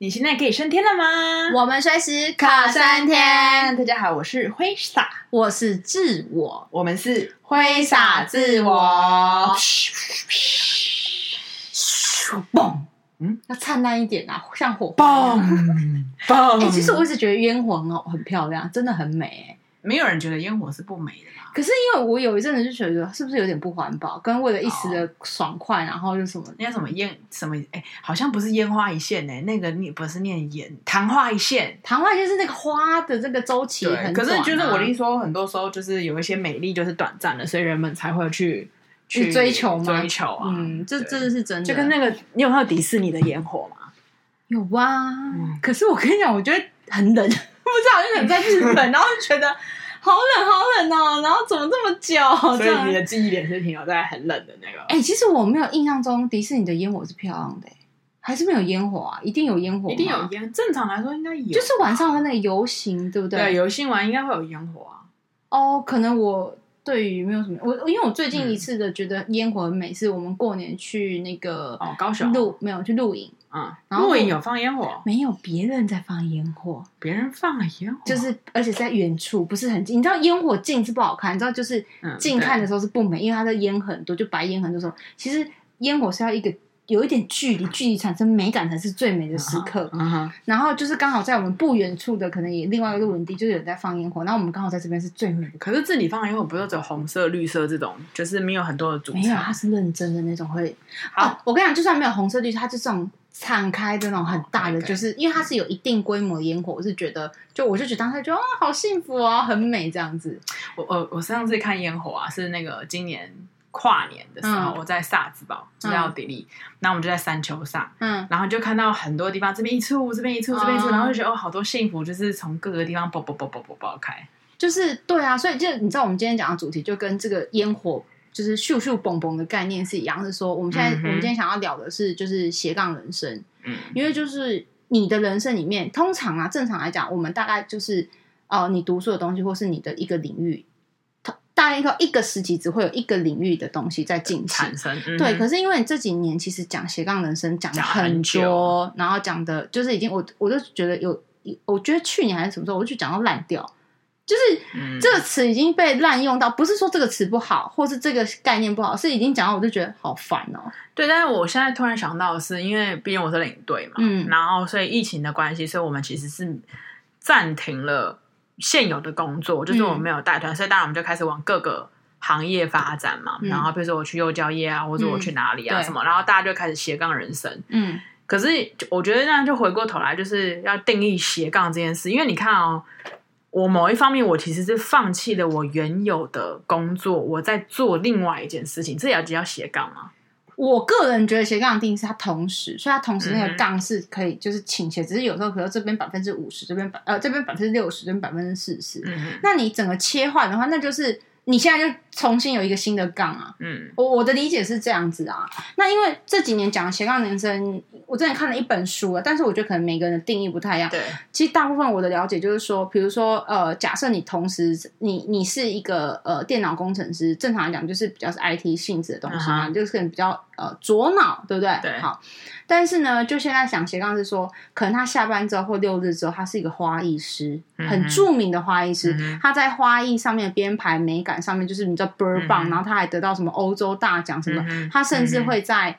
你现在可以升天了吗？ 我们随时可升天。 大家好，我是挥洒， 我是自我， 我们是挥洒自我。 嘣，要灿烂一点啊，像火花。嘣！ 其实我一直觉得烟火很漂亮，真的很美。 没有人觉得烟火是不美的啦。 可是因为我有一阵子就觉得，是不是有点不环保？跟为了一时的爽快，然后就什么那什么好像不是烟花一现那个你不是念昙花一现。 昙花一现是那个花的这个周期很短可是就是我的意思说，很多时候就是有一些美丽就是短暂的，所以人们才会去追求吗？ 追求啊， 这是真的。 就跟那个你有看到迪士尼的烟火吗？ 有啊，可是我跟你讲，我觉得很冷，不知道，就可能在日本，然后就觉得好冷哦，然后怎么这么久？ 所以你的记忆点是停留在很冷的那个。 其实我没有印象中迪士尼的烟火是漂亮的，还是没有烟火啊？一定有烟火吗？ 一定有烟，正常来说应该有， 就是晚上的那个游行，对不对？ 对，游行完应该会有烟火啊。 哦，可能我对于没有什么，因为我最近一次的觉得烟火很美，是我们过年去那个高雄没有去露营。 露营有放烟火？ 没有，别人在放烟火。 别人放了烟火， 就是而且在远处，不是很近。你知道烟火近是不好看，你知道就是近看的时候是不美，因为它的烟很多，就白烟很多时候。其实烟火是要有一点距离产生美感才是最美的时刻。然后就是刚好在我们不远处的，可能也另外一个露营地，就有人在放烟火，然后我们刚好在这边是最美的。 可是这里放烟火不是只有红色、绿色这种，就是没有很多的主没有，它是认真的那种会。我跟你讲，就算没有红色绿色，它就这种敞开的那种很大的，就是因为它是有一定规模的烟火，我是觉得，我就觉得当时觉得好幸福啊，很美这样子。 我上次看烟火啊，是那个今年跨年的时候，我在萨兹堡，在奥地利，然后我们就在山丘上，然后就看到很多地方这边一处，这边一处，这边一处，然后就觉得好多幸福，就是从各个地方爆开。 就是对啊，所以就你知道我们今天讲的主题就跟这个烟火就是咻咻蹦蹦的概念是一样，是说我们今天想要聊的是就是斜杠人生。因为就是你的人生里面，通常啊正常来讲，我们大概就是你读书的东西或是你的一个领域，大概一个时期只会有一个领域的东西在进行产生。 对，可是因为你这几年其实讲斜杠人生讲了很多，然后讲的就是已经我就觉得我觉得去年还是什么时候我就去讲到烂掉，就是这个词已经被滥用到，不是说这个词不好或是这个概念不好，是已经讲到我就觉得好烦哦。 对，但是我现在突然想到的是，因为毕竟我是领队嘛，然后所以疫情的关系，所以我们其实是暂停了现有的工作，就是我们没有带团，所以当然我们就开始往各个行业发展嘛。然后比如说我去幼教业啊，或者我去哪里啊什么，然后大家就开始斜杠人生。可是我觉得那就回过头来，就是要定义斜杠这件事，因为你看哦。我某一方面，我其实是放弃了我原有的工作，我在做另外一件事情，这也叫斜杠吗？ 我个人觉得斜杠的定义是它同时，所以它同时那个杠是可以就是倾斜，只是有时候可能这边50%，这边60%，这边40%。那你整个切换的话，那就是你现在就重新有一个新的杠啊。我的理解是这样子啊。那因为这几年讲斜杠人生，我之前看了一本书了，但是我觉得可能每个人的定义不太一样。对，其实大部分我的了解就是说，比如说假设你同时你是一个电脑工程师，正常来讲就是比较是 IT 性质的东西嘛，就是可能比较左脑，对不对？ 对， 好。但是呢，就现在想斜杠是说，可能他下班之后或6日之后，他是一个花艺师，很著名的花艺师。他在花艺上面的编排美感上面，就是你知道倍儿棒，然后他还得到什么欧洲大奖什么的。他甚至会在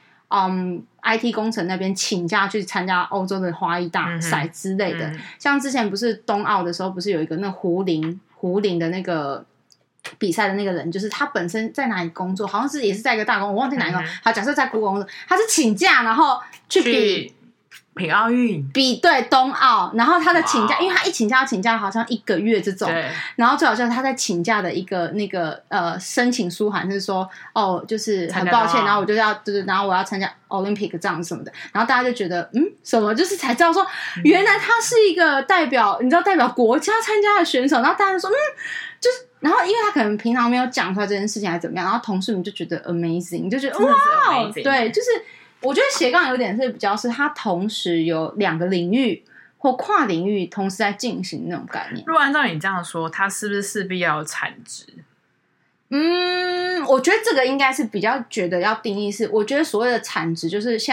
IT 工程那边请假去参加欧洲的花艺大赛之类的。像之前不是冬奥的时候，不是有一个那胡林的那个比赛的那个人，就是他本身在哪里工作，好像是也是在一个大公司，我忘记哪一个。好，假设在 Google 工作，他是请假然后去比奥运， 对冬奥，然后他的请假，因为他一请假要请假好像1个月这种，然后最好像他在请假的一个那个申请书函是说就是很抱歉，然后我就要就是然后我要参加 Olympic 这样什么的，然后大家就觉得什么，就是才知道说原来他是一个代表，你知道代表国家参加的选手，然后大家就说就是。然后，因为他可能平常没有讲出来这件事情，还是怎么样，然后同事们就觉得 amazing， 就觉得哇，对，就是我觉得斜杠有点是比较是它同时有2个领域或跨领域同时在进行那种概念。 如果按照你这样说，它是不是势必要有产值？ 我觉得这个应该是比较觉得要定义是，我觉得所谓的产值就是现在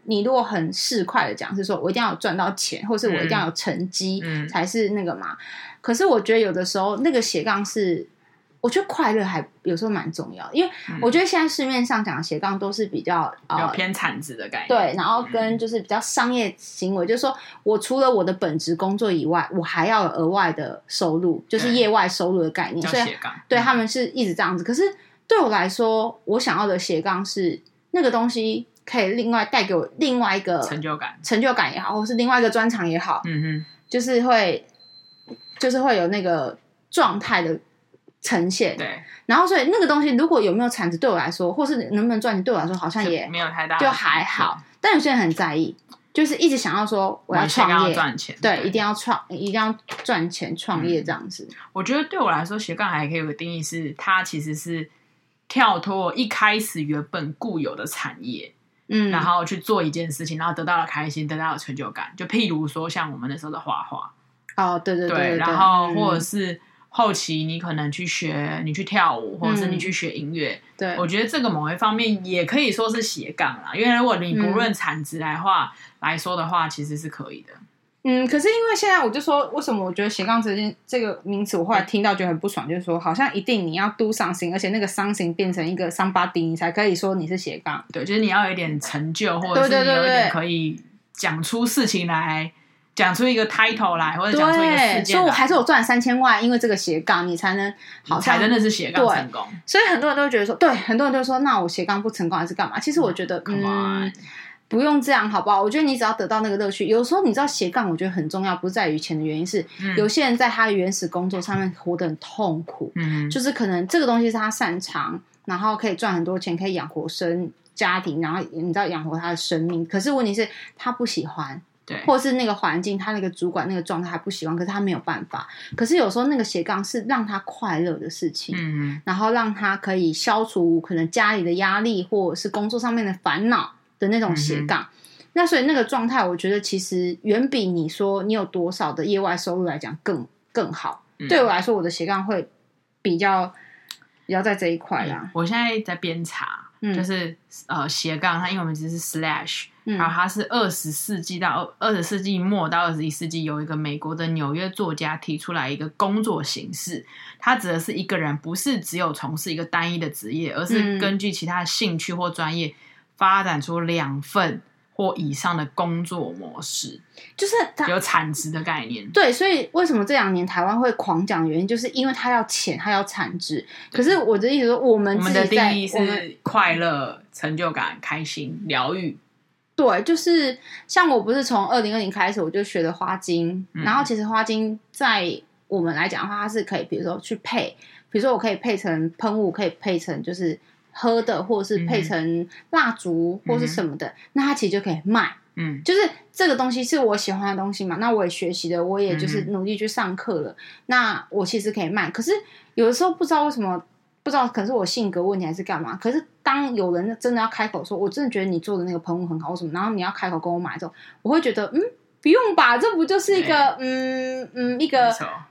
你如果很市侩的讲是说我一定要有赚到钱，或是我一定要有成绩才是那个嘛，可是我觉得有的时候那个斜杠是我觉得快乐还有时候蛮重要，因为我觉得现在市面上讲的斜杠都是比较有偏产值的概念， 对，然后跟就是比较商业行为，就是说我除了我的本职工作以外，我还要有额外的收入，就是业外收入的概念， 叫斜杠， 对，他们是一直这样子。可是对我来说，我想要的斜杠是那个东西可以另外带给我另外一个成就感也好，或是另外一个专长也好，就是会有那个状态的呈现， 对， 然后所以那个东西如果有没有产值对我来说，或是能不能赚钱对我来说好像也没有太大， 就还好。但有些人很在意，就是一直想要说我要创业赚钱， 对，一定要赚钱创业这样子。 我觉得对我来说斜杠还可以有个定义是，它其实是跳脱一开始原本固有的产业，然后去做一件事情，然后得到了开心，得到了成就感。就譬如说像我们那时候的画画， 哦，对， 然后或者是后期你可能你去跳舞，或者是你去学音乐， 对， 我觉得这个某一方面也可以说是斜杠啦，因为如果你不论产值来说的话，其实是可以的。 可是因为现在我就说，为什么我觉得斜杠这个名词，我后来听到觉得很不爽，就是说好像一定你要 do something， 而且那个 something 变成一个 somebody， 你才可以说你是斜杠。 对，就是你要有一点成就，或者是你有一点可以讲出事情来。讲出一个 title 来，或者讲出一个事件来， 所以我还是有赚3000万，因为这个斜杠你才能好像才真的是斜杠成功。 所以很多人都会觉得说，对，很多人都说那我斜杠不成功还是干嘛？其实我觉得不用这样好不好？我觉得你只要得到那个乐趣。有时候你知道斜杠我觉得很重要，不是在于钱的原因是，有些人在他的原始工作上面活得很痛苦，就是可能这个东西是他擅长，然后可以赚很多钱，可以养活家庭，然后你知道养活他的生命，可是问题是他不喜欢， 对， 或是那个环境他那个主管那个状态他不喜欢，可是他没有办法。可是有时候那个斜杠是让他快乐的事情，然后让他可以消除可能家里的压力或者是工作上面的烦恼的那种斜杠，那所以那个状态我觉得其实远比你说你有多少的业外收入来讲更好。对我来说我的斜杠会比较在这一块啦。 我现在在边查，就是斜杠它英文名字是 slash，然后它是20世纪末到21世纪有一个美国的纽约作家提出来一个工作形式，它指的是一个人不是只有从事一个单一的职业，而是根据其他的兴趣或专业发展出2份或以上的工作模式， 就是有产值的概念。 对，所以为什么这2年台湾会狂讲的原因，就是因为它要钱，它要产值。可是我的意思说，我们的定义是快乐、成就感、开心、疗愈。 对，就是像我不是从2020开始我就学的花精，然后其实花精在我们来讲的话，它是可以比如说去配，比如说我可以配成喷雾，可以配成就是喝的，或者是配成蜡烛或是什么的，那它其实就可以卖。就是这个东西是我喜欢的东西嘛，那我也学习了，我也就是努力去上课了，那我其实可以卖。可是有的时候不知道为什么，不知道可能是我性格问题还是干嘛，可是当有人真的要开口说我真的觉得你做的那个喷雾很好什么，然后你要开口跟我买之后，我会觉得不用吧，这不就是一个一个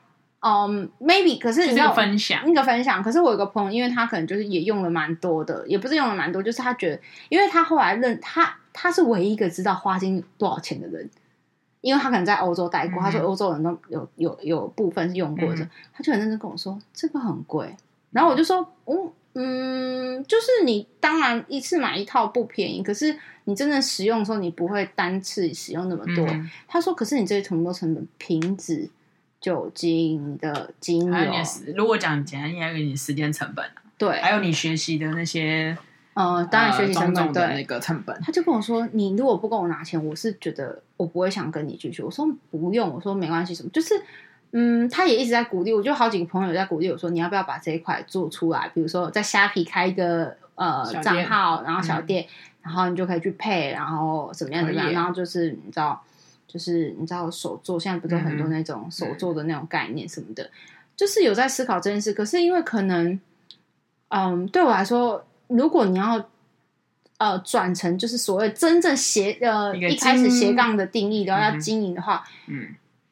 maybe， 可是你知道那个分享，可是我有个朋友，因为他可能就是也用了蛮多的，也不是用了蛮多，就是他觉得，因为他后来他是唯一一个知道花精多少钱的人，因为他可能在欧洲待过，他说欧洲人都有部分是用过的，他就很认真跟我说这个很贵，然后我就说就是你当然一次买一套不便宜，可是你真正使用的时候你不会单次使用那么多。他说可是你这些很多成本，瓶子、酒精的精油， 如果讲简单，还有你时间成本， 对， 还有你学习的那些当然学习成本的那个成本。 他就跟我说你如果不跟我拿钱，我是觉得我不会想跟你继续。我说不用，我说没关系，什么就是他也一直在鼓励我，就好几个朋友在鼓励我说你要不要把这一块做出来，比如说在虾皮开一个账号，然后小店，然后你就可以去配，然后怎么样，然后就是你知道手做，现在不是很多那种手做的那种概念什么的，就是有在思考这件事。可是因为可能对我来说，如果你要转成就是所谓真正一开始斜杠的定义，然后要经营的话，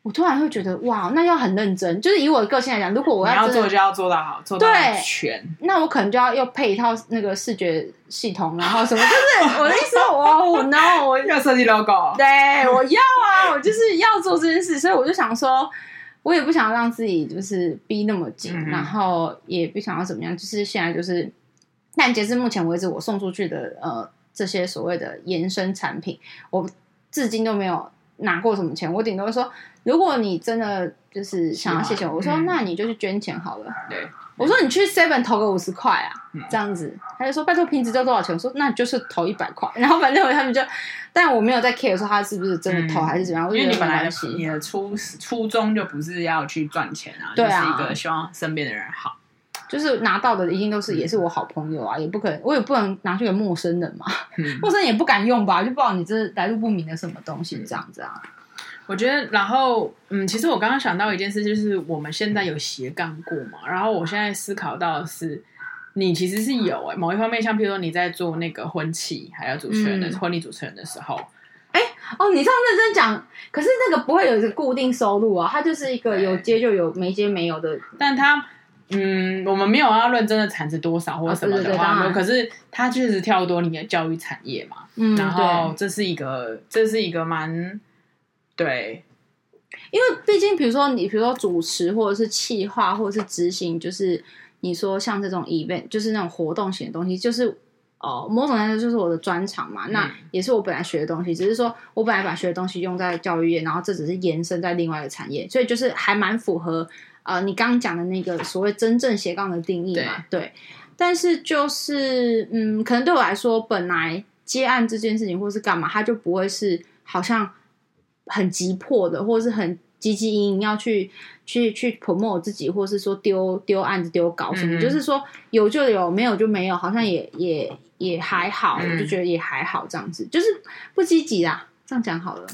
我突然会觉得哇，那要很认真。就是以我的个性来讲，如果我要做就要做到好，做到全， 那我可能就要配一套那个视觉系统，然后什么，就是我的意思，我 no， 我要设计 logo， 对，我要啊，我就是要做这件事，所以我就想说，我也不想让自己就是逼那么紧，然后也不想要怎么样，就是现在就是，但截至目前为止，我送出去的这些所谓的延伸产品，我至今都没有拿过什么钱，我顶多说，如果你真的就是想要谢谢我说那你就去捐钱好了。 对， 我说你去 7 投个50块啊，这样子，他就说拜托瓶子交多少钱？我说那你就是投100块，然后反正他们就，但我没有在 care 说他是不是真的投还是怎么样， 因为你本来你的初衷就不是要去赚钱啊， 对啊， 就是一个希望身边的人好。 就是拿到的一定都是也是我好朋友啊，也不可能，我也不能拿去给陌生人嘛，陌生人也不敢用吧，就不知道你这来路不明的什么东西这样子啊。 我觉得，然后其实我刚刚想到一件事，就是我们现在有斜杠过嘛，然后我现在思考到的是，你其实是有某一方面，像譬如说你在做那个婚期还有主持人的婚礼主持人的时候， 你这样认真讲，可是那个不会有一个固定收入啊，它就是一个有接就有，没接没有的， 但它。我们没有要认真的产值多少或者什么的话，可是它确实跳多你的教育产业嘛，然后这是一个蛮对， 因为毕竟比如说主持或者是企划或者是执行，就是你说像这种 event 就是那种活动型的东西，就是某种程度就是我的专长嘛，那也是我本来学的东西，只是说我本来把学的东西用在教育业，然后这只是延伸在另外一个产业，所以就是还蛮符合你刚刚讲的那个所谓真正斜杠的定义嘛，对。但是就是可能对我来说，本来接案这件事情或是干嘛，它就不会是好像很急迫的，或者是很积极营营要去 promote 自己，或是说丢案子丢稿什么，就是说有就有，没有就没有，好像也还好，我就觉得也还好这样子，就是不积极啦，这样讲好了。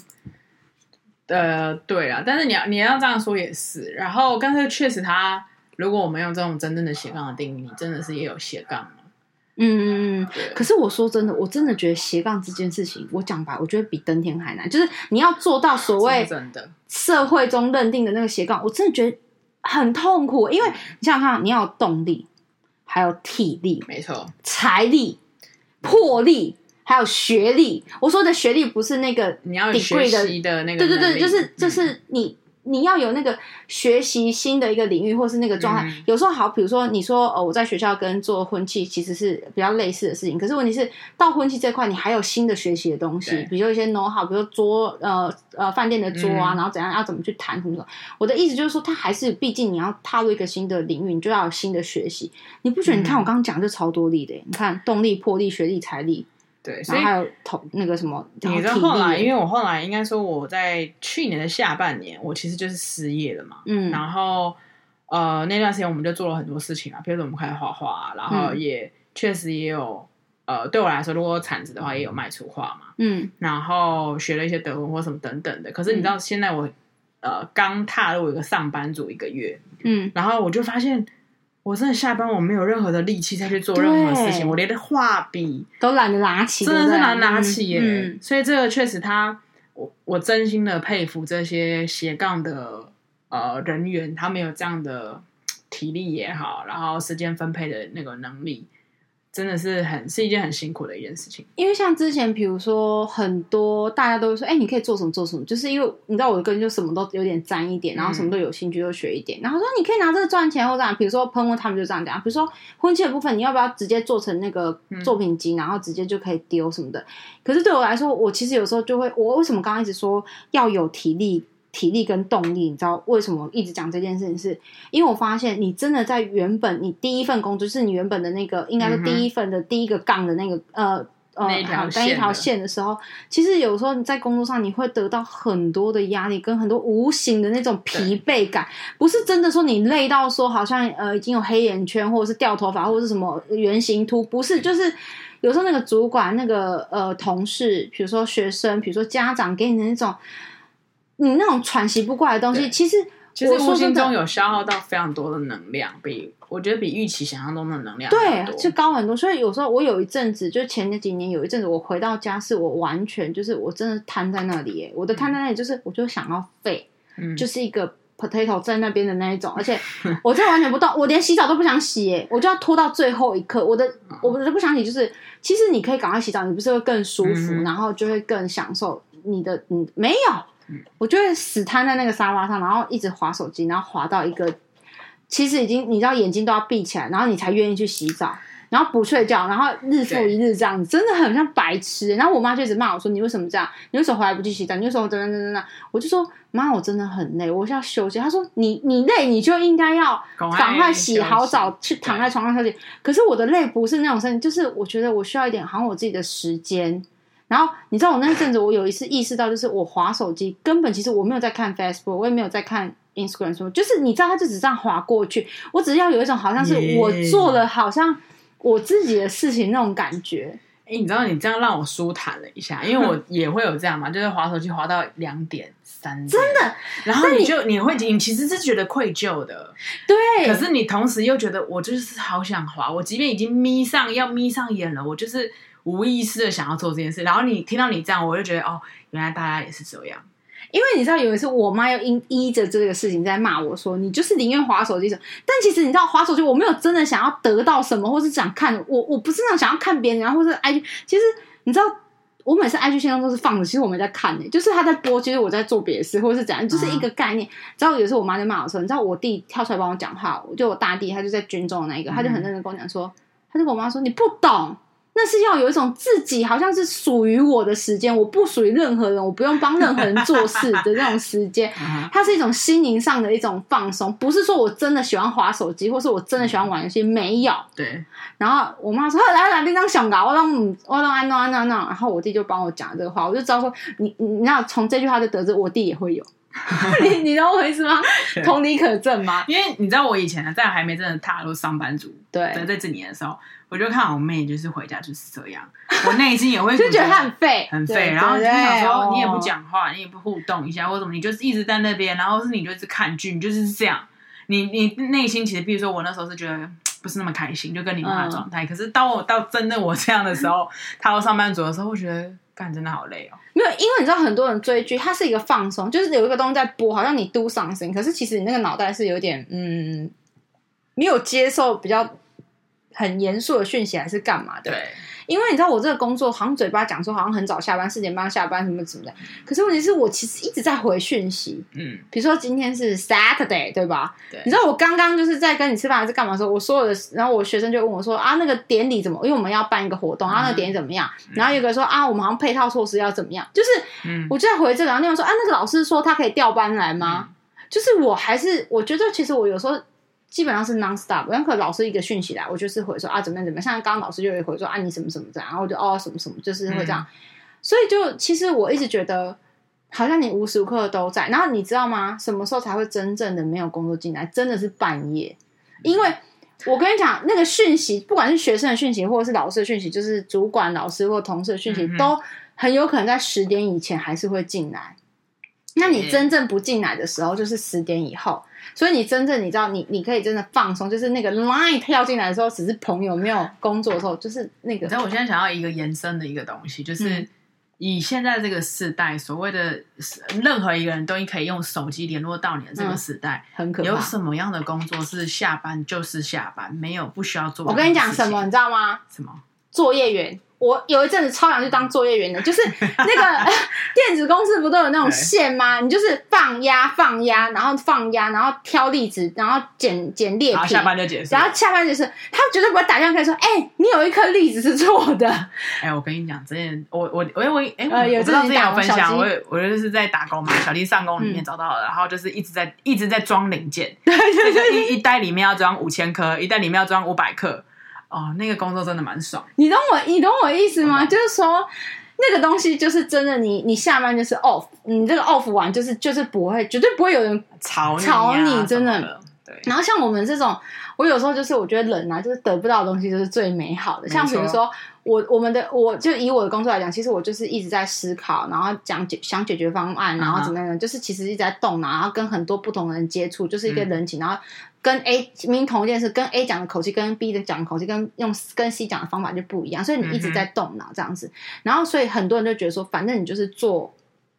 对啊，但是你要这样说也是，然后但是确实如果我们用这种真正的斜杠的定义，你真的是也有斜杠嘛。 可是我说真的，我真的觉得斜杠这件事情，我讲白，我觉得比登天还难，就是你要做到所谓社会中认定的那个斜杠，我真的觉得很痛苦，因为你想想看，你要有动力，还有体力， 没错， 财力、魄力。还有学历，我说的学历不是那个你要有学习的那个， 对，就是你要有那个学习新的一个领域，或是那个状态。有时候好，比如说你说我在学校跟做婚庆其实是比较类似的事情，可是问题是到婚庆这块，你还有新的学习的东西，比如说一些 know how， 比如说桌饭店的桌啊，然后怎样要怎么去谈什么的。我的意思就是说，它还是毕竟你要踏入一个新的领域，你就要有新的学习。你不觉得？你看我刚刚讲就超多力的，你看动力、魄力、学历、财力。 对， 然后还有那个什么， 你知道后来，因为我后来应该说我在去年的下半年，我其实就是失业了嘛。然后那段时间我们就做了很多事情啊，比如说我们开始画画，然后也确实也有对我来说，如果有产值的话，也有卖出画嘛。然后学了一些德文或什么等等的。可是你知道，现在我刚踏入一个上班族1个月，然后我就发现。我真的下班我没有任何的力气再去做任何事情，我连画笔都懒得拿起， 真的是难拿起耶。所以这个确实我真心的佩服这些斜杠的人员，他们有这样的体力也好，然后时间分配的那个能力，真的是一件很辛苦的一件事情。 因为像之前比如说很多大家都说你可以做什么做什么，就是因为你知道我的个人就什么都有点沾一点，然后什么都有兴趣就学一点，然后说你可以拿这个赚钱或者比如说喷他们就这样讲，比如说婚庆的部分你要不要直接做成那个作品集，然后直接就可以丢什么的。可是对我来说，我其实有时候就会，我为什么刚刚一直说要有体力跟动力，你知道为什么一直讲这件事情？是因为我发现你真的在原本你第一份工作，就是你原本的那个应该是第一份的第一个杠的那个那一条线的时候，其实有时候你在工作上你会得到很多的压力跟很多无形的那种疲惫感，不是真的说你累到说好像已经有黑眼圈或者是掉头发或者是什么圆形秃，不是，就是有时候那个主管那个同事，比如说学生，比如说家长给你的那种你那种喘息不过来的东西，其实无形中有消耗到非常多的能量，我觉得比预期想象中的能量对就高很多。所以有时候我有一阵子，就前几年有一阵子，我回到家是我完全就是我真的瘫在那里耶，我的瘫在那里就是我就想要废， 就是一个 potato 在那边的那一种，而且我真的完全不动，我连洗澡都不想洗耶，我就要拖到最后一刻。我的不想洗，就是其实你可以赶快洗澡，你不是会更舒服，然后就会更享受你的没有，我就会死瘫在那个沙发上，然后一直滑手机，然后滑到一个其实已经你知道眼睛都要闭起来，然后你才愿意去洗澡。然后不睡觉，然后日复一日这样子，真的很像白痴。然后我妈就一直骂我说：“你为什么这样？你为什么回来不去洗澡？你为什么怎样？”我就说：“妈，我真的很累，我是要休息。”她说：“你累，你就应该要赶快洗好澡，去躺在床上休息。可是我的累不是那种身体，就是我觉得我需要一点好像我自己的时间。然后你知道，我那一阵子我有一次意识到，就是我滑手机根本其实我没有在看 Facebook， 我也没有在看 Instagram， 什么，就是你知道，它就只这样滑过去。我只是要有一种好像是我做了，好像。”我自己的事情那种感觉， 你知道你这样让我舒坦了一下，因为我也会有这样嘛，就是滑手机滑到2点3点， 真的， 然后你其实是觉得愧疚的， 对， 可是你同时又觉得我就是好想滑，我即便已经眯上眼了，我就是无意识的想要做这件事，然后你听到你这样，我就觉得哦，原来大家也是这样。 因为你知道有一次我妈又依着这个事情在骂我说你就是宁愿滑手机什么，但其实你知道滑手机我没有真的想要得到什么，或是想看我不是那种想要看别人，然后或是 IG， 其实你知道我每次 IG 线上都是放着，其实我没在看就是他在播，其实我在做别的事或者是怎样，就是一个概念。知道有一次我妈在骂我说，你知道我弟跳出来帮我讲话，就我大弟他就在军中的那一个，他就很认真跟我讲说，他就跟我妈说你不懂。那是要有一种自己好像是属于我的时间，我不属于任何人，我不用帮任何人做事的那种时间。它是一种心灵上的一种放松，不是说我真的喜欢滑手机，或是我真的喜欢玩游戏，没有。 对。 然后我妈说：“来，你当想搞，我让安诺。”然后我弟就帮我讲这个话，我就知道说你知道从这句话就得知我弟也会有。你懂我意思吗？同理可证吗？ 因为你知道我以前在还没真的踏入上班族在这几年的时候，我就看我妹就是回家就是这样，我内心也会就觉得她很废， 然后就想说你也不讲话，你也不互动一下，或什么，你就是一直在那边，然后是你就是看剧，你就是这样，你内心其实，比如说我那时候是觉得不是那么开心，就跟你妈的状态。可是当我到真的我这样的时候，踏入上班族的时候，我觉得干真的好累哦。 没有，因为你知道很多人追剧，它是一个放松，就是有一个东西在播，好像你 do something， 可是其实你那个脑袋是有点没有接受比较很严肃的讯息，还是干嘛的？ 对。 因为你知道我这个工作好像嘴巴讲说好像很早下班，4点半下班什么什么的，可是问题是我其实一直在回讯息，比如说今天是 Saturday 对吧？对，你知道我刚刚就是在跟你吃饭还是干嘛的时候，我所有的，然后我学生就问我说啊那个典礼怎么，因为我们要办一个活动，那个典礼怎么样？然后有个说啊我们好像配套措施要怎么样，就是我就在回这个，然后另外说啊那个老师说他可以调班来吗？就是我觉得其实我有时候基本上是 non-stop， 然后老师一个讯息来，我就是回说啊怎么样，像刚刚老师就会回说啊你什么什么这样，然后我就什么什么，就是会这样。所以就其实我一直觉得好像你无时无刻都在，然后你知道吗？什么时候才会真正的没有工作进来？真的是半夜，因为我跟你讲，那个讯息，不管是学生的讯息或者是老师的讯息，就是主管、老师或同事的讯息，都很有可能在10点以前还是会进来。那你真正不进来的时候就是10点以后，所以你真正你知道你可以真的放松，就是那个 line 跳进来的时候只是朋友，没有工作的时候就是那个。 你知道我现在想要一个延伸的一个东西，就是以现在这个世代，所谓的任何一个人都可以用手机联络到你的这个时代， 很可怕。 有什么样的工作是下班就是下班，没有不需要做？ 我跟你讲什么，你知道吗？ 什么？ 作业员。我有一阵子超想去当作业员的，就是那个电子公司不都有那种线吗？你就是放压，然后放压，然后挑粒子，然后剪裂皮， 然后下班就结束。 然后下班就是他绝对不会打电话跟你说，你有一颗粒子是错的。 我跟你讲，之前我不知道之前有分享，我就是在打工嘛，小弟上工里面找到了，然后就是一直在装零件，对，一袋里面要装5000颗，一袋里面要装500克。哦，那个工作真的蛮爽。你懂我意思吗？就是说那个东西就是真的你下班就是 off， 你这个 off 完就是不会，绝对不会有人吵你真的。对。然后像我们这种，我有时候就是我觉得人啊，就是得不到的东西就是最美好的。像比如说我就以我的工作来讲，其实我就是一直在思考，然后想解决方案，然后怎么样，就是其实一直在动脑，然后跟很多不同的人接触，就是一个人情，然后跟 A 明明同一件事，跟 A 讲的口气跟 B 的讲的口气跟 C 讲的方法就不一样，所以你一直在动脑这样子。然后所以很多人就觉得说，反正你就是做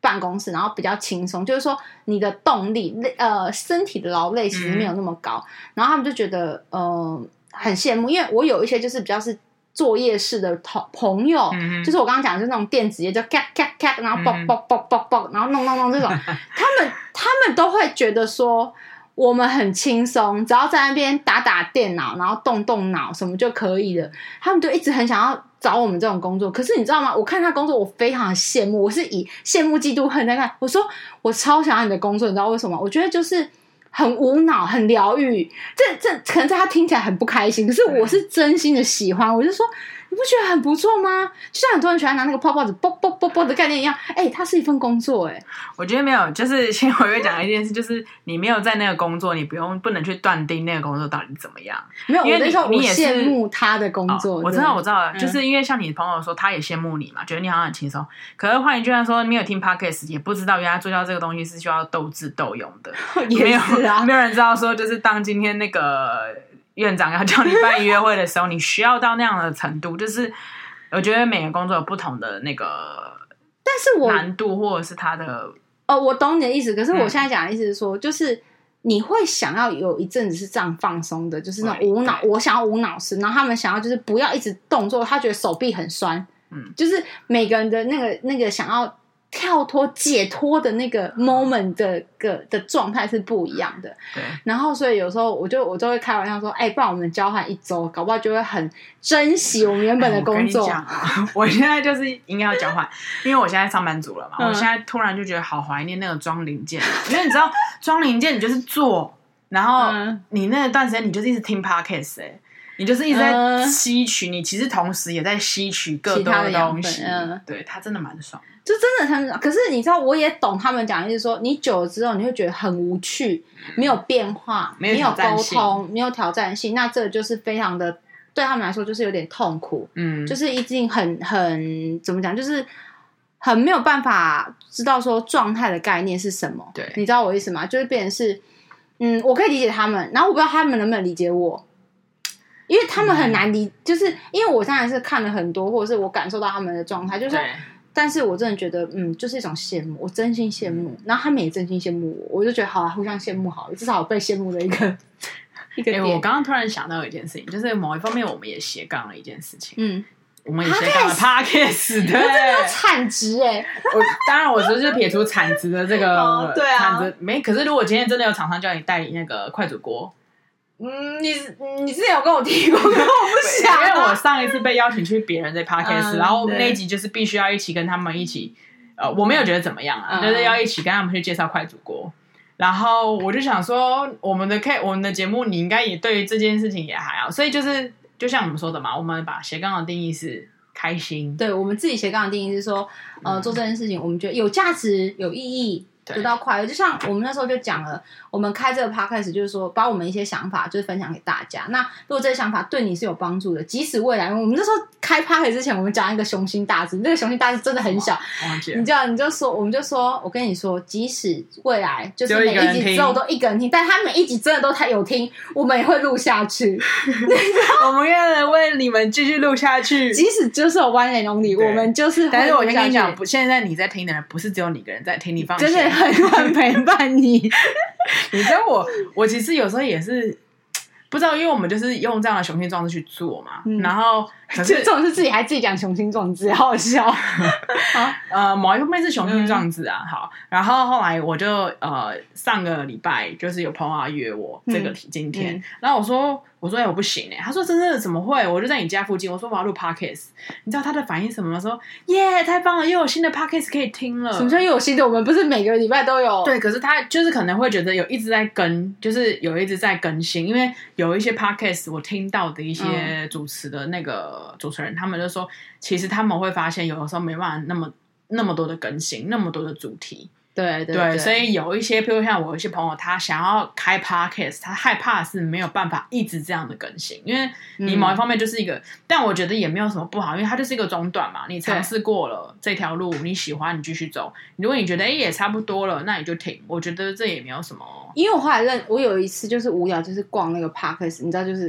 办公室，然后比较轻松，就是说你的动力身体的劳累其实没有那么高，然后他们就觉得很羡慕，因为我有一些就是比较是作业式的朋友，就是我刚刚讲的就是那种电子业，就咔咔咔，然后啵啵啵啵啵，然后弄这种，他们都会觉得说我们很轻松，只要在那边打电脑，然后动脑什么就可以了。他们就一直很想要找我们这种工作，可是你知道吗？我看他工作，我非常的羡慕，我是以羡慕嫉妒恨在看。我说我超想要你的工作，你知道为什么？我觉得就是很无脑，很疗愈。这可能在他听起来很不开心，可是我是真心的喜欢。我就说，你不觉得很不错吗？就像很多人喜欢拿那个泡泡纸啵啵啵啵的概念一样，它是一份工作。 我觉得没有，就是先我会讲一件事，就是你没有在那个工作，你不能去断定那个工作到底怎么样。 没有，因为你也是羡慕他的工作。 我知道，就是因为像你朋友说，他也羡慕你嘛，觉得你好像很轻松。可是换一句话说，没有听 podcast， 也不知道原来做到这个东西是需要斗智斗勇的。 也是啊， 没有人知道说，就是当今天那个院长要叫你办约会的时候，你需要到那样的程度，就是我觉得每个工作有不同的那个， 但是难度或者是它的我懂你的意思，可是我现在讲的意思是说，就是你会想要有一阵子是这样放松的，就是那种无脑，我想要无脑式，然后他们想要就是不要一直动作，他觉得手臂很酸，就是每个人的那个想要跳脱解脱的那个 moment 的状态是不一样的。 对， 然后所以有时候我就会开玩笑说，不然我们交换1周，搞不好就会很珍惜我们原本的工作。 我现在就是应该要交换，因为我现在上班族了嘛，我现在突然就觉得好怀念那个装零件，因为你知道装零件你就是做，然后你那段时间你就是一直听 podcast 你就是一直在吸取，你其实同时也在吸取各多的东西，对，它真的蛮爽。 就真的很爽，可是你知道，我也懂他们讲，就是说，你久了之后，你会觉得很无趣，没有变化，没有沟通，没有挑战性，那这就是非常的对他们来说，就是有点痛苦，就是一定很怎么讲，就是很没有办法知道说状态的概念是什么。 对， 你知道我意思吗？就是变成是，我可以理解他们，然后我不知道他们能不能理解我。因为他们很难理，就是因为我当然是看了很多，或者是我感受到他们的状态，就是说，但是我真的觉得，就是一种羡慕，我真心羡慕，然后他们也真心羡慕我，我就觉得好啊，互相羡慕好了，至少有被羡慕的一个点。 我刚刚突然想到一件事情，就是某一方面我们也斜杠了一件事情，我们也斜杠了 podcast， 对， 真的有产值当然我说是撇除产值的这个， 对啊， 产值没。可是如果今天真的有厂商叫你代理那个快煮锅。 你之前有跟我提过，可是我不想， 因为我上一次被邀请去别人的 podcast，然后那一集就是必须要一起跟他们一起，我没有觉得怎么样啊，就是要一起跟他们去介绍快煮锅。然后我就想说，我们的节目你应该也对于这件事情也还好，所以就是就像我们说的嘛，我们把斜杠的定义是开心， 对我们自己斜杠的定义是说，做这件事情我们觉得有价值、有意义。得到快乐，就像我们那时候就讲了，我们开这个 podcast 就是说，把我们一些想法就是分享给大家。那如果这些想法对你是有帮助的，即使未来我们那时候开 podcast 之前，我们讲一个雄心大志，那个雄心大志真的很小，你就说，我们就说，我跟你说，即使未来就是每一集之后都一个人听，但他每一集真的都有听，我们也会录下去。 我们要为你们继续录下去， 即使就是有 one and only， 我们就是会录下去。 但是我先跟你讲，现在你在听的人不是只有你一个人在听，你放心。 真的很陪伴你。 你知道我其实有时候也是不知道，因为我们就是用这样的雄心壮志去做嘛，然后可是这种是自己还自己讲雄心壮志，好好笑。 某一方面是雄心壮志啊，好，然后后来我就上个礼拜就是有朋友要约我这个今天，然后我说我不行他说真的怎么会？我就在你家附近，我说我要录 podcast， 你知道他的反应什么吗？说耶太棒了，又有新的 podcast 可以听了。 什么叫又有新的？我们不是每个礼拜都有？ 对，可是他就是可能会觉得有一直在就是有一直在更新，因为有一些 podcast 我听到的一些主持的那个主持人，他们就说其实他们会发现有的时候没办法那么多的更新，那么多的主题。对，所以有一些，比如像我有一些朋友，他想要开 podcast， 他害怕是没有办法一直这样的更新，因为你某一方面就是一个，但我觉得也没有什么不好，因为它就是一个中断嘛。你尝试过了这条路，你喜欢，你继续走。如果你觉得也差不多了，那你就停。我觉得这也没有什么。 因为我后来我有一次就是无聊，就是逛那个 podcast， 你知道，就是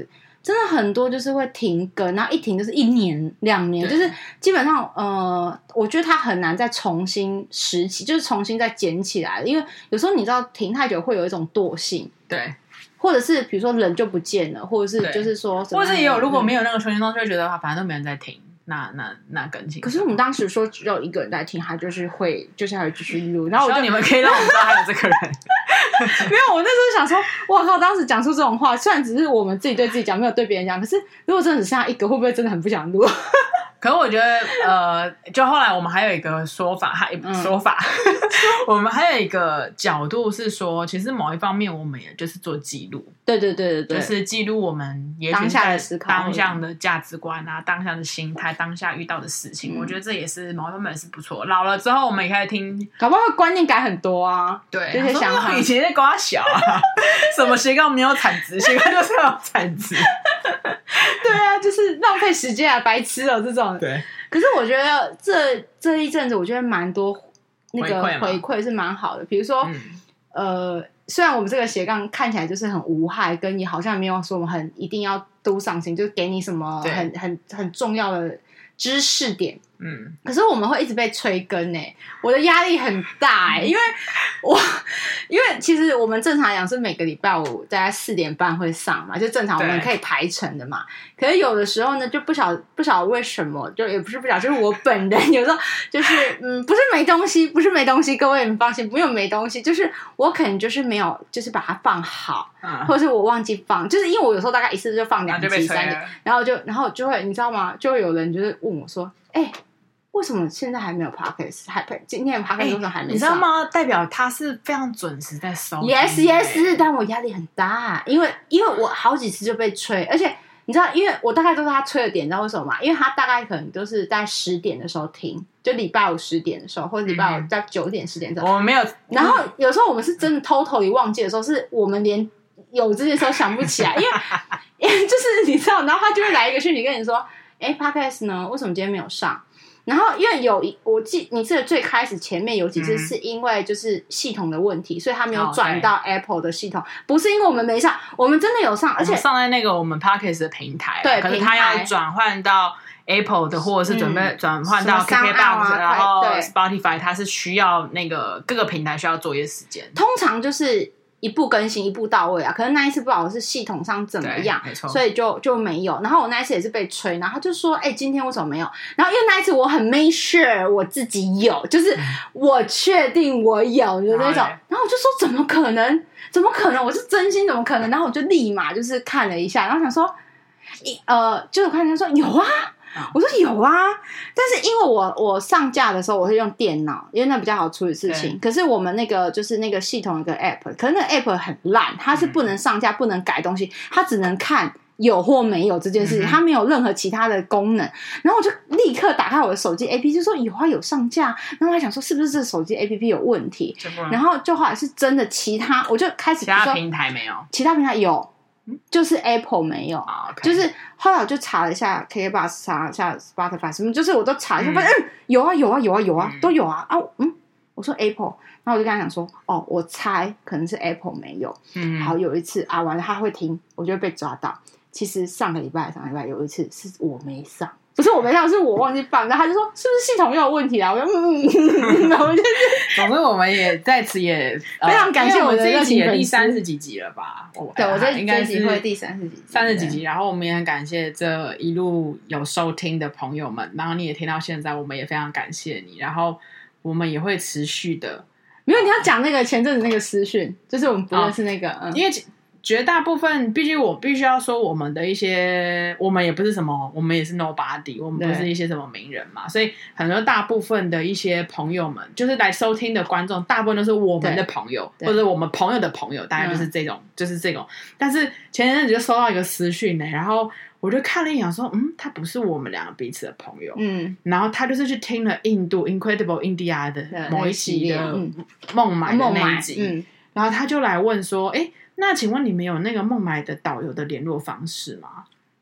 真的很多就是会停更，然后一停就是1年2年，就是基本上我觉得它很难再重新拾起，就是重新再捡起来，因为有时候你知道停太久会有一种惰性， 对， 或者是比如说人就不见了，或者是就是说， 或者是也有如果没有那个春天中，就会觉得反正都没人在听。那更清楚。 可是我们当时说只有一个人在听，他就是还会继续录。然后你们可以让我们知道还有这个人。 没有，我那时候想说，哇靠！当时讲出这种话，虽然只是我们自己对自己讲，没有对别人讲，可是如果真的只剩下一个，会不会真的很不想录？ 可是我觉得就后来我们还有一个说法，我们还有一个角度是说，其实某一方面我们也就是做记录， 对， 就是记录我们也许当下的思考、 当下的价值观啊，当下的心态，当下遇到的事情，我觉得这也是某一方面是不错。老了之后我们也可以听， 搞不好观念改很多啊。 对， 这些想法以前在瓜小啊，什么斜杠没有产值，斜杠就是要有产值。 对啊，就是浪费时间啊，白痴哦这种。 对， 可是我觉得这一阵子，我觉得蛮多那个回馈是蛮好的。比如说，虽然我们这个斜杠看起来就是很无害，跟也好像没有说我们很一定要do something，就是给你什么很重要的知识点。可是我们会一直被催更我的压力很大因为其实我们正常讲是每个礼拜五大概4点半会上嘛，就正常我们可以排程的嘛。可是有的时候呢，就不晓得为什么，就也不是不晓得，就是我本人有时候就是不是没东西，各位你放心，没有没东西，就是我可能就是没有就是把它放好，或者是我忘记放，就是因为我有时候大概一次就放2集3集，然后就会你知道吗？就会有人就是问我说，为什么现在还没有 podcast？ 今天的 podcast 为什么还没上？ 你知道吗？代表他是非常准时在收。 Yes， 但我压力很大，因为我好几次就被催，而且你知道，因为我大概都是他催的点，你知道为什么吗？因为他大概可能都是在10点的时候听，就礼拜五10点的时候，或者礼拜五在9点10点的时候。 我们没有。 然后有时候我们是真的 totally 忘记的时候，是我们连有这些时候想不起来，因为就是你知道，然后他就会来一个讯息跟你说，podcast 呢，为什么今天没有上？然后因为你记得最开始前面有几次是因为就是系统的问题，所以他没有转到 Apple 的系统，不是因为我们没上，我们真的有上，而且上在那个我们 Podcast 的平台， 对， 可是他要转换到 Apple 的，或者是准备转换到 KKBOX，然后 Spotify， 它是需要那个各个平台需要作业时间， 通常就是一步更新一步到位啊，可是那一次不知道是系统上怎么样，所以就没有。然后我那一次也是被催，然后他就说今天为什么没有？然后因为那一次我很 make sure 我自己有，就是我确定我有的那种，然后我就说怎么可能？我是真心怎么可能？然后我就立马就是看了一下，然后想说就是看他说有啊。我说有啊，但是因为我上架的时候我会用电脑，因为那比较好处理事情。可是我们那个就是那个系统有个 app， 可是那个 app 很烂，它是不能上架、不能改东西，它只能看有或没有这件事情，它没有任何其他的功能。然后我就立刻打开我的手机 app， 就说有啊，有上架。然后我还想说是不是这手机 app 有问题？然后就后来是真的，我就开始其他平台没有， 其他平台有。就是 Apple 没有就是后来我就查了一下 KKBOX， 查了一下 Spotify 什么，就是我都查一下，发现有啊都有啊我说 Apple， 然后我就跟他讲说我猜可能是 Apple 没有。好，有一次完了他会听，我就会被抓到。其实上个礼拜有一次是我没上，不是我没上，是我忘记放，然后他就说是不是系统又有问题啊？我就总之我们也在此也非常感谢我的热情粉丝， 第30几集了吧？ 对，我应该是会第30 几集，然后我们也很感谢这一路有收听的朋友们，然后你也听到现在，我们也非常感谢你，然后我们也会持续的。 没有，你要讲那个前阵子那个私讯，就是我们不认识那个， 因为绝大部分，毕竟我必须要说，我们的一些，我们也不是什么，我们也是 nobody， 我们不是一些什么名人嘛，所以很多大部分的一些朋友们，就是来收听的观众，大部分都是我们的朋友，或者我们朋友的朋友，大概就是这种，就是这种。但是前阵子就收到一个私讯然后我就看了一眼，说，他不是我们两个彼此的朋友，然后他就是去听了印度 Incredible India 的某一期的孟买的那一集，然后他就来问说，那请问你们有那个孟买的导游的联络方式吗？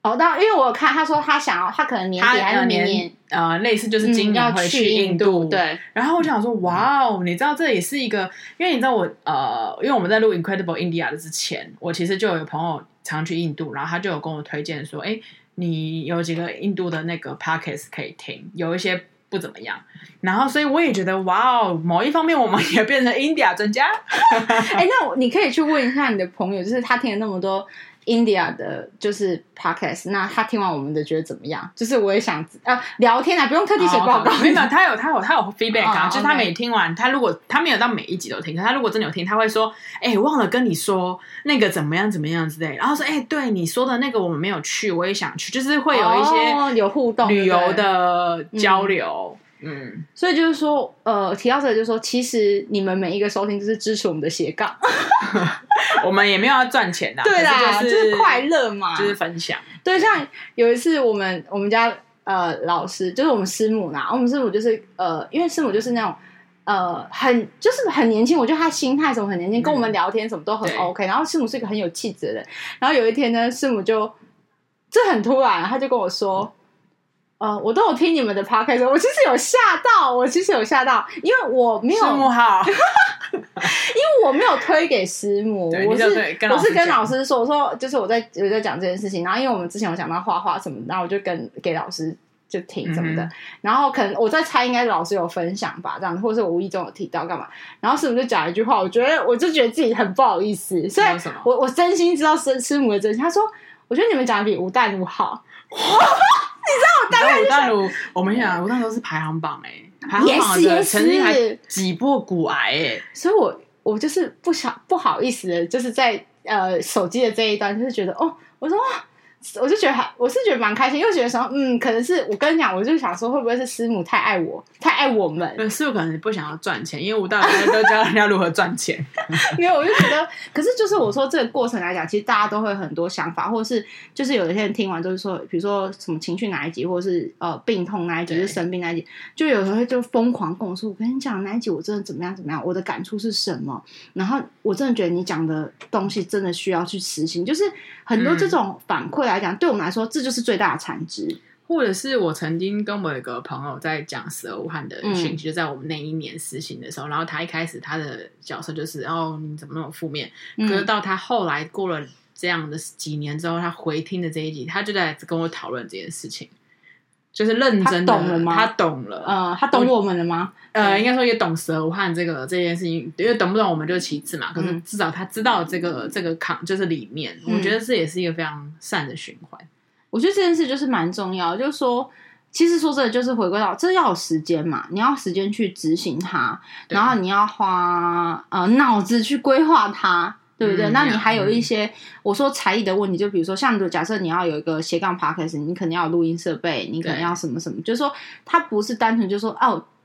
因为我有看他说他可能年底还是明年类似就是今年会去印度， 对。 然后我就想说，哇哦，你知道这也是一个，因为你知道因为我们在录 Incredible India 的之前，我其实就有朋友常去印度，然后他就有跟我推荐说，你有几个印度的那个 podcast 可以听，有一些不怎么样，然后所以我也觉得哇哦，某一方面我们也变成 India 专家。 那你可以去问一下你的朋友，就是他听了那么多 India 的就是 podcast， 那他听完我们的觉得怎么样？就是我也想聊天不用特地写报告。 没有，他有 feedback 就是他每听完，如果他没有到每一集都听，可他如果真的有听，他会说忘了跟你说那个怎么样怎么样之类，然后说对你说的那个我们没有去，我也想去，就是会有一些有互动旅游的交流。 所以就是说提到这个就是说，其实你们每一个收听就是支持我们的斜杠。 我们也没有要赚钱啦， 对啦，就是快乐嘛， 就是分享。 对，像有一次我们家老师就是我们师母啦，我们师母就是因为师母就是那种很年轻，我觉得他心态什么很年轻，跟我们聊天什么都很 OK。然后师母是一个很有气质的人，然后有一天呢，师母这很突然，他就跟我说。我都有听你们的 podcast， 我其实有吓到，因为我没有师母好， 因为我没有推给师母，我是跟老师说，我说就是我在讲这件事情，然后因为我们之前有讲到画画什么，然后我就给老师就听什么的，然后可能我在猜应该老师有分享吧，这样或者是我无意中有提到干嘛，然后师母就讲一句话，我就觉得自己很不好意思，所以我真心知道师母的真心，他说我觉得你们讲的比吴淡如好。你知道我大概吴淡如，我们讲吴淡如是排行榜排行榜的曾经还挤破骨癌所以我就是不好意思的，就是在手机的这一端，就是觉得我说我是觉得蛮开心，因为觉得说可能是我跟你讲，我就想说会不会是师母太爱我们， 师母可能不想要赚钱，因为吴淡如都教人家如何赚钱。 没有，我就觉得，可是就是我说这个过程来讲，其实大家都会很多想法，或者是就是有些人听完就是说，比如说什么情绪哪一集，或者是病痛那一集，就是生病那一集，就有时候就疯狂跟我说，我跟你讲哪一集我真的怎么样怎么样，我的感触是什么，然后我真的觉得你讲的东西真的需要去实行，就是很多这种反馈来讲，对我们来说这就是最大的产值。 或者是我曾经跟我有一个朋友在讲死而无憾的讯息，就在我们那一年实行的时候，然后他一开始他的角色就是你怎么那么负面，可是到他后来过了这样的几年之后，他回听的这一集，他就在跟我讨论这件事情，就是认真的， 他懂了吗？ 他懂了， 他懂我们了吗？ 应该说也懂死而无憾这件事情，因为懂不懂我们就其次嘛，可是至少他知道这个就是理念，我觉得这也是一个非常善的循环。 我觉得这件事就是蛮重要的，就是说其实说真的就是回归到这要有时间嘛，你要时间去执行它，然后你要花脑子去规划它，对不对？那你还有一些我说才艺的问题，就比如说像假设你要有一个斜杠 podcast， 你可能要有录音设备，你可能要什么什么，就是说它不是单纯就说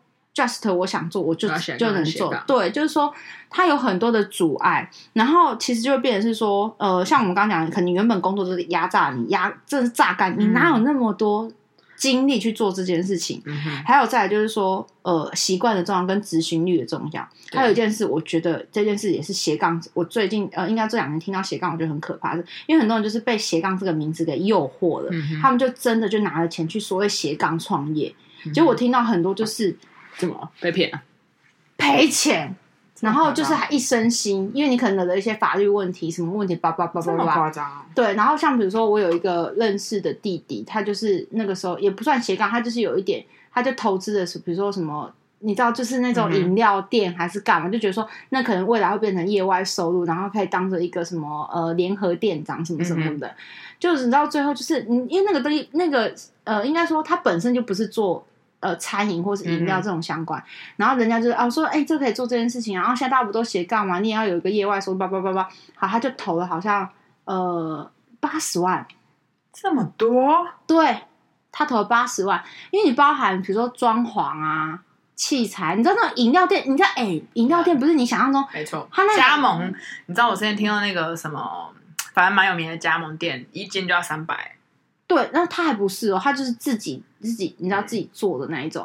just 我想做我就能做，对，就是说它有很多的阻碍，然后其实就会变成是说像我们刚刚讲的，可能原本工作就是压榨你真的是榨干你，哪有那么多精力去做这件事情，还有再来就是说习惯的重要跟执行力的重要，还有一件事我觉得这件事也是斜杠，我最近应该这2年听到斜杠我觉得很可怕，因为很多人就是被斜杠这个名字给诱惑了，他们就真的就拿了钱去所谓斜杠创业，结果我听到很多就是怎么被骗啊？ 赔钱，然后就是还一身腥，因为你可能惹了一些法律问题，什么问题， 这么夸张？ 对，然后像比如说我有一个认识的弟弟，他就是那个时候也不算斜杠，他就是有一点，他就投资的是，比如说什么，你知道，就是那种饮料店还是干嘛，就觉得说那可能未来会变成业外收入，然后可以当着一个什么联合店长什么什么的，就是你知道最后就是因为那个东西，那个应该说他本身就不是做。餐饮或是饮料这种相关，然后人家就是说，这可以做这件事情，然后现在大家不都斜杠嘛，你也要有一个业外收入，好，他就投了好像80万， 这么多？ 对，他投了80万，因为你包含比如说装潢啊、器材，你知道那种饮料店，你知道饮料店不是你想象中， 没错，他那加盟，你知道我之前听到那个什么，反正蛮有名的加盟店，一间就要300。 对，那他还不是他就是自己你知道自己做的那一种，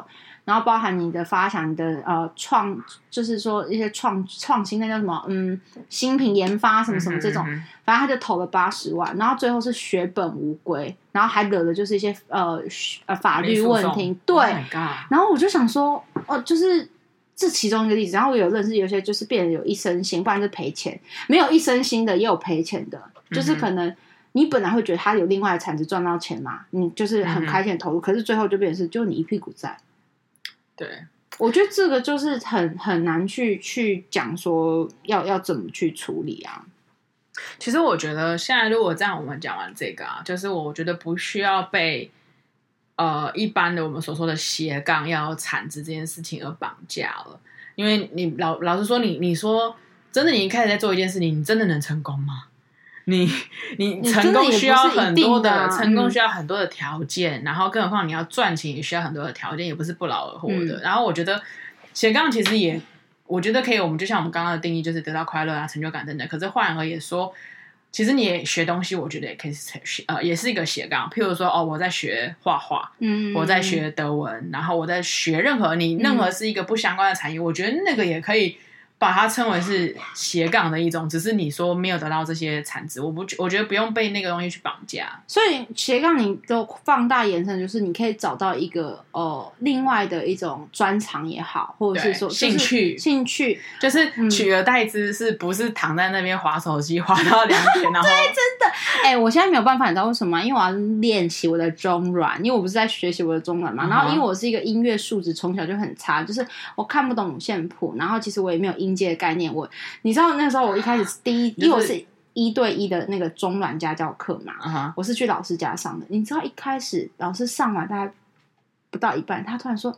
然后包含你的发想，你的就是说一些创新，那叫什么新品研发什么什么这种，反正他就投了80万，然后最后是血本无归，然后还惹的就是一些法律问题，对， Oh my God， 然后我就想说就是这其中一个例子，然后我有认识有些就是变得有一身薪，不然就赔钱，没有一身薪的也有赔钱的，就是可能你本来会觉得他有另外的产值赚到钱嘛，你就是很开心的投入，可是最后就变成是就你一屁股债。 对， 我觉得这个就是很难去讲说要怎么去处理啊。 其实我觉得现在如果这样我们讲完这个啊，就是我觉得不需要被一般的我们所说的斜杠要产值这件事情而绑架了，因为你老实说你说真的，你一开始在做一件事情，你真的能成功吗？你成功需要很多的成功需要很多的条件，然后更何况你要赚钱也需要很多的条件，也不是不劳而获的。然后我觉得斜杠其实也，我觉得可以，我们就像我们刚刚的定义，就是得到快乐啊、成就感等等。可是换而也说，其实你也学东西，我觉得也可以也是一个斜杠。譬如说我在学画画，我在学德文，然后我在学任何是一个不相关的产业，我觉得那个也可以把它称为是斜杠的一种，只是你说没有得到这些产值，我觉得不用被那个东西去绑架。 所以斜杠你的放大延伸，就是你可以找到一个另外的一种专长也好，或者是说、就是、兴趣， 就是取而代之，是不是躺在那边滑手机滑到2点？然后对，真的，我现在没有办法，你知道为什么吗？因为我要练习我的中软，因为我不是在学习我的中软嘛。然后因为我是一个音乐素质从小就很差，就是我看不懂五线谱，然后其实我也没有音阶的概念。你知道那时候我一开始因为我是1对1的那个中软家教课嘛，我是去老师家上的。你知道一开始老师上完大概不到一半，他突然说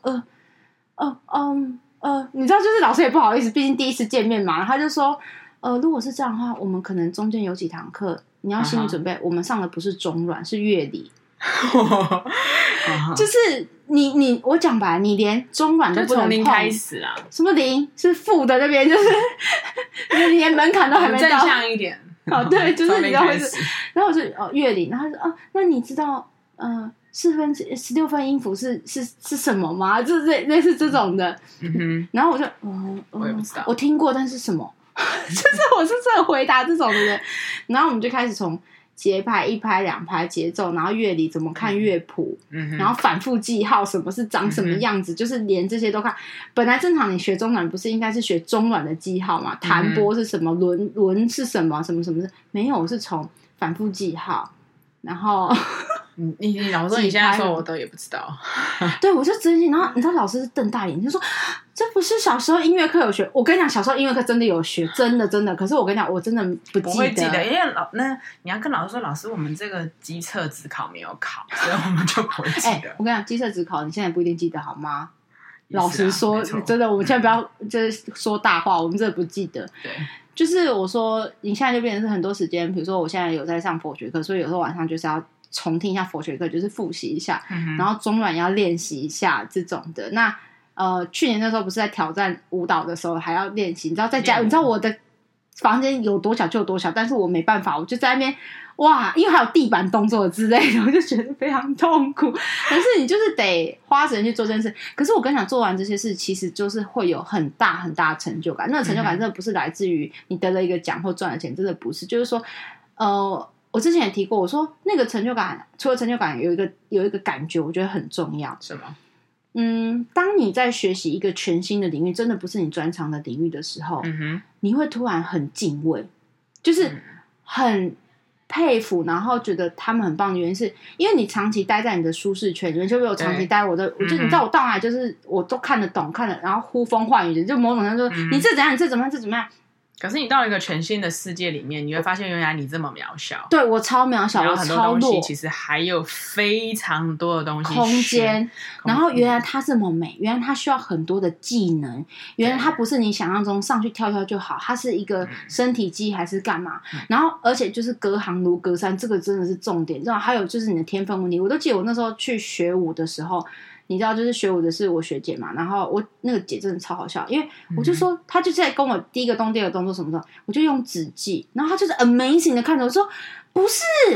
你知道就是老师也不好意思，毕竟第一次见面嘛，他就说如果是这样的话，我们可能中间有几堂课你要心理准备，我们上的不是中软是乐理。就是我讲白了，你连中软都不能碰，就从零开始啊！ 什么零是负的那边，就是你连门槛都还没到， 正向一点。 对，就是你知道会是，然后我就乐理，然后他说那你知道16分音符是什么吗？就是类似这种的。然后我就我也不知道， 我听过，但是什么？就是我是这回答这种的人。然后我们就开始从节拍1拍2拍节奏，然后乐理怎么看乐谱，然后反复记号，什么是长什么样子，就是连这些都看。本来正常你学中软不是应该是学中软的记号嘛？弹拨是什么，轮是什么，什么什么是没有，我是从反复记号，然后你老实说，你现在说我都也不知道。 对，我就真心，然后你知道老师是瞪大眼睛说，这不是小时候音乐课有学？我跟你讲，小时候音乐课真的有学，真的。可是我跟你讲，我真的不会记得，因为你要跟老师说，老师我们这个基测指考没有考，所以我们就不会记得。 我跟你讲，基测指考你现在不一定记得好吗？老实说，真的，我们现在不要就是说大话，我们真的不记得。 对。 就是我说，你现在就变成是很多时间，比如说我现在有在上佛学课，所以有时候晚上就是要重听一下佛学课，就是复习一下，然后中软要练习一下这种的。那去年那时候不是在挑战舞蹈的时候还要练习，你知道在家，你知道我的房间有多小就有多小，但是我没办法，我就在那边哇，因为还有地板动作之类的，我就觉得非常痛苦。可是你就是得花时间去做这件事。可是我跟你讲，做完这些事，其实就是会有很大很大的成就感。那个成就感真的不是来自于你得了一个奖或赚了钱，真的不是。就是说，我之前也提过，我说那个成就感，除了成就感，有一个感觉，我觉得很重要。 什么？ 当你在学习一个全新的领域，真的不是你专长的领域的时候，你会突然很敬畏，就是很佩服，然后觉得他们很棒的原因是因为你长期待在你的舒适圈里面，就比如我长期待我就你知道我到哪里就是我都看得懂，然后呼风唤雨的，就某种程度说你这怎样，你这怎么样，这怎么样。 可是你到一个全新的世界里面，你会发现原来你这么渺小。 对，我超渺小，我超弱。 很多东西其实还有非常多的东西空间。然后原来它这么美，原来它需要很多的技能，原来它不是你想象中上去跳跳就好，它是一个身体肌还是干嘛。然后而且就是隔行如隔山，这个真的是重点。还有就是你的天分问题，我都记得我那时候去学舞的时候，你知道就是学舞的是我学姐嘛，然后我那个姐真的超好笑，因为我就说她就在跟我第一个动作什么的，我就用指记，然后她就是 amazing 的看着我说不是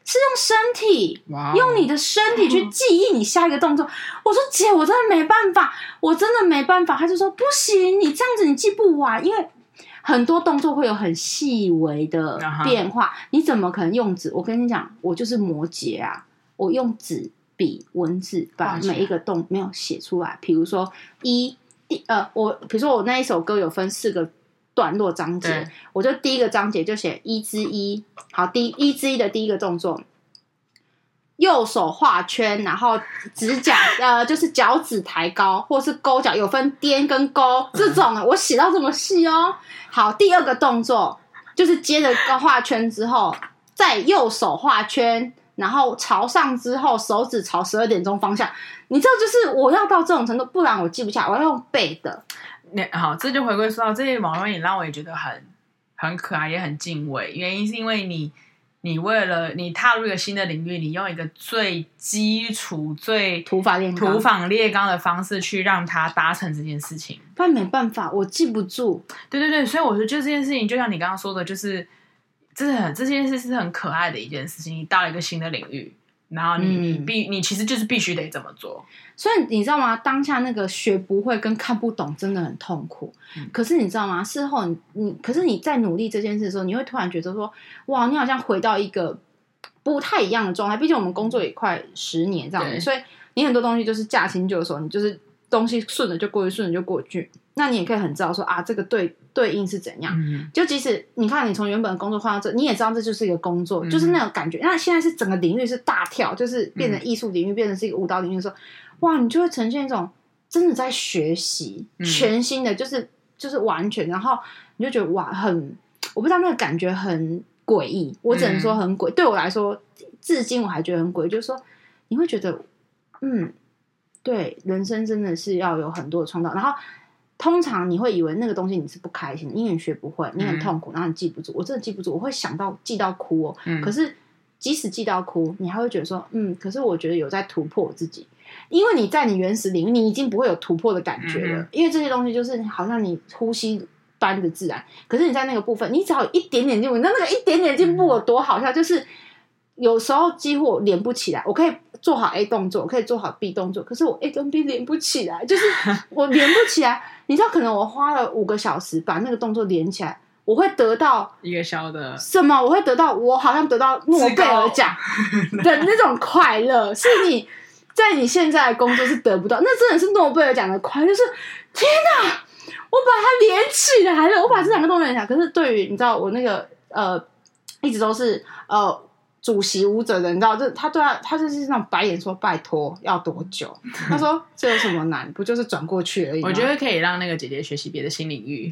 是用身体，用你的身体去记忆你下一个动作。我说姐，我真的没办法，我真的没办法。他就说不行，你这样子你记不完，因为很多动作会有很细微的变化，你怎么可能用纸？我跟你讲，我就是摩羯啊，我用纸笔文字把每一个没有写出来。比如说比如说我那一首歌有分4个段落章节，我就第一个章节就写1之1，好，1之1的第一个动作，右手画圈，然后指甲就是脚趾抬高，或是勾脚，有分颠跟勾这种的，我写到这么细哦。好，第二个动作就是接着画圈之后，再右手画圈，然后朝上之后，手指朝12点钟方向。你知道，就是我要到这种程度，不然我记不下来，我要用背的。 好，这就回归说到这些网络影，让我也觉得很可爱，也很敬畏。原因是因为你为了你踏入一个新的领域，你用一个最基础、最土法炼钢的方式去让它达成这件事情， 不然没办法，我记不住。 对，所以我觉得这件事情，就像你刚刚说的，就是这件事是很可爱的一件事情。你到了一个新的领域，然后你其实就是必须得这么做。 所以你知道吗？当下那个学不会跟看不懂真的很痛苦。可是你知道吗？事后可是你在努力这件事的时候，你会突然觉得说，哇，你好像回到一个不太一样的状态。毕竟我们工作也快10年这样子，所以你很多东西就是驾轻就熟，你就是东西顺着就过去，顺着就过去。那你也可以很知道说啊，这个对应是怎样。就即使你看你从原本的工作换到这，你也知道这就是一个工作，就是那种感觉。那现在是整个领域是大跳，就是变成艺术领域，变成是一个舞蹈领域的时候，哇，你就会呈现一种真的在学习，全新的，就是完全，然后你就觉得哇，我不知道那个感觉很诡异，我只能说很诡。对我来说，至今我还觉得很诡异，就是说你会觉得，对，人生真的是要有很多的创造，然后。通常你会以为那个东西你是不开心的，因为你学不会，你很痛苦，然后你记不住。我真的记不住，我会记到哭哦。可是即使记到哭，你还会觉得说，可是我觉得有在突破我自己，因为你在你原始领域，你已经不会有突破的感觉了，因为这些东西就是好像你呼吸般的自然。可是你在那个部分，你只要有一点点进步，那个一点点进步有多好笑，就是有时候几乎连不起来，我可以做好 A 动作，我可以做好 B 动作，可是我 A 跟 B 连不起来，就是我连不起来。你知道，可能我花了5个小时把那个动作连起来，我会得到一个小的什么？我会得到，我好像得到诺贝尔奖的那种快乐，是你在你现在的工作是得不到。那真的是诺贝尔奖的快乐，就是天哪，我把它连起来了，我把这2个动作连起来。可是对于你知道，我那个一直都是主席舞者的，你知道，他就是那种白眼说拜托要多久？他说这有什么难？不就是转过去而已吗？ 我觉得可以让那个姐姐学习别的新领域。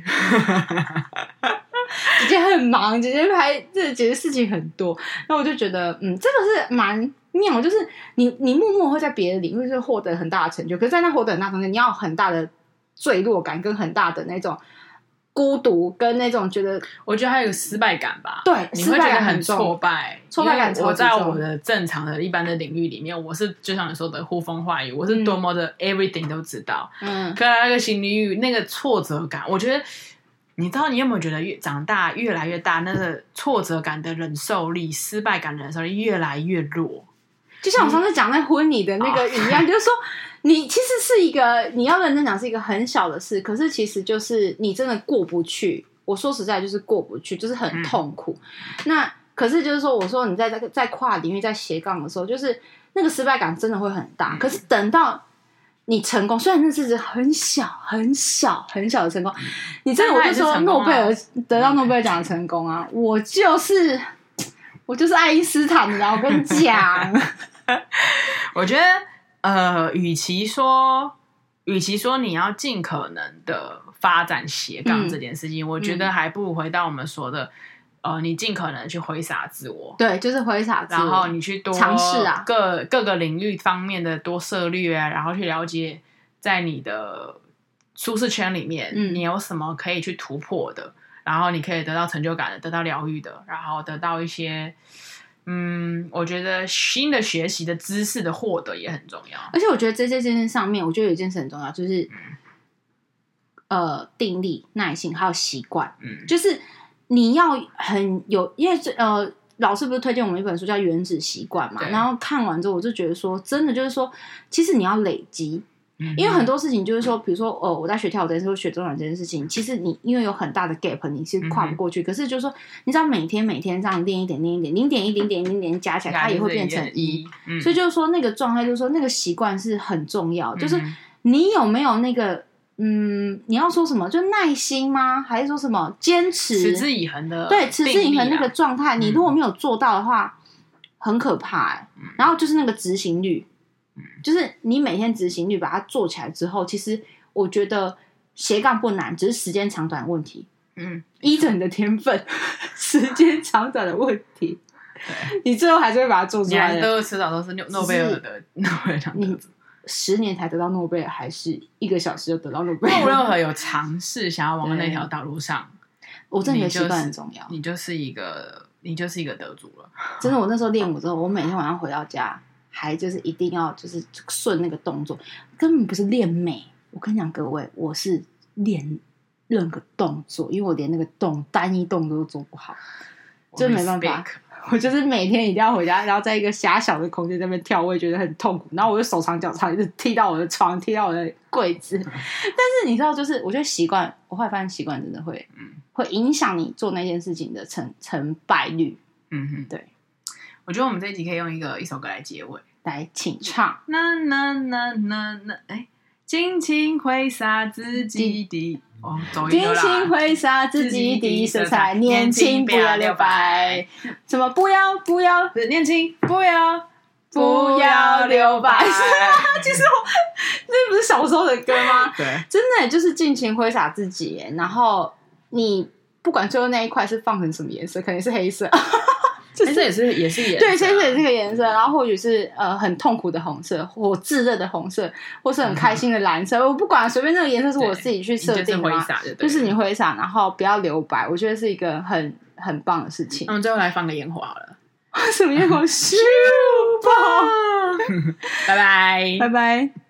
姐姐很忙，姐姐事情很多，那我就觉得这个是蛮妙，就是你默默会在别的领域就获得很大的成就，可是在那获得很大的成就，你要有很大的坠落感跟很大的那种。孤独跟那种觉得， 我觉得还有失败感吧。 对， 你会觉得很挫败， 挫败感超级重。 我在我的正常的一般的领域里面，我是就像你说的呼风唤雨，我是多么的 everything 都知道。可那个新领域那个挫折感，我觉得你知道，你有没有觉得长大越来越大，那个挫折感的忍受力、失败感的忍受力越来越弱？ 就像我上次讲那婚礼的那个一样，就是说。你其实是一个，你要认真讲是一个很小的事，可是其实就是你真的过不去。我说实在就是过不去，就是很痛苦。那可是就是说，我说你在跨领域在斜杠的时候，就是那个失败感真的会很大。可是等到你成功，虽然那是很小很小很小的成功，你真的我就说得到诺贝尔奖的成功啊，我就是爱因斯坦的，我跟你讲， 我觉得。与其说你要尽可能的发展斜杠这件事情，我觉得还不如回到我们说的，你尽可能去挥洒自我， 对，就是挥洒自我， 然后你去多尝试啊， 各个领域方面的多涉猎啊，然后去了解在你的舒适圈里面，你有什么可以去突破的，然后你可以得到成就感的，得到疗愈的，然后得到一些。我觉得新的学习的知识的获得也很重要， 而且我觉得在这件事上面，我觉得有一件事很重要，就是定力、耐心还有习惯，就是你要很有，因为老师不是推荐我们一本书叫《原子习惯》嘛？然后看完之后，我就觉得说，真的就是说，其实你要累积。因为很多事情就是说，比如说我在学跳舞这件事或学中文这件事情，其实你因为有很大的 gap， 你是跨不过去。可是就是说，你只要每天这样练一点0.1加起来，它也会变成1。所以就是说那个状态，就是说那个习惯是很重要。就是你有没有那个你要说什么？就耐心吗？还是说什么坚持？ 持之以恒的对，持之以恒那个状态，你如果没有做到的话，很可怕然后就是那个执行率。就是你每天执行率把它做起来之后，其实我觉得斜杠不难，只是时间长短的问题。依着你的天分，时间长短的问题，你最后还是会把它做出来的。 你都迟早都是诺贝尔的诺贝尔奖得主。 你10年才得到诺贝尔，还是1个小时就得到诺贝尔？ 任何有尝试想要往那条道路上， 我真的觉得习惯很重要。 你就是一个得主了。 真的，我那时候练舞之后，我每天晚上回到家。还就是一定要就是顺那个动作，根本不是练美。我跟你讲各位，我是练任何动作，因为我连那个单一动作都做不好，就没办法。我就是每天一定要回家，然后在一个狭小的空间在那边跳，我也觉得很痛苦。然后我就手长脚长，一直踢到我的床，踢到我的柜子。但是你知道，就是我觉得习惯，我后来发现习惯真的会影响你做那件事情的成败率。对。 我觉得我们这一集可以用一首歌来结尾， 来，请唱。 尽情挥洒自己的尽情挥洒自己的色彩，年轻不要留白。什么不要年轻不要留白。 其实这不是小时候的歌吗？ 对， 真的就是尽情挥洒自己。然后你不管最后那一块是放成什么颜色，可能是黑色。 这也是颜色， 对，这也是个颜色，然后或许是很痛苦的红色，或炙热的红色，或是很开心的蓝色，我不管，随便那个颜色是我自己去设定的嘛，就是你挥洒，然后不要留白，我觉得是一个很棒的事情。 那我们最后来放个烟花好了， 什么烟花？咻吧！ 拜拜， 拜拜。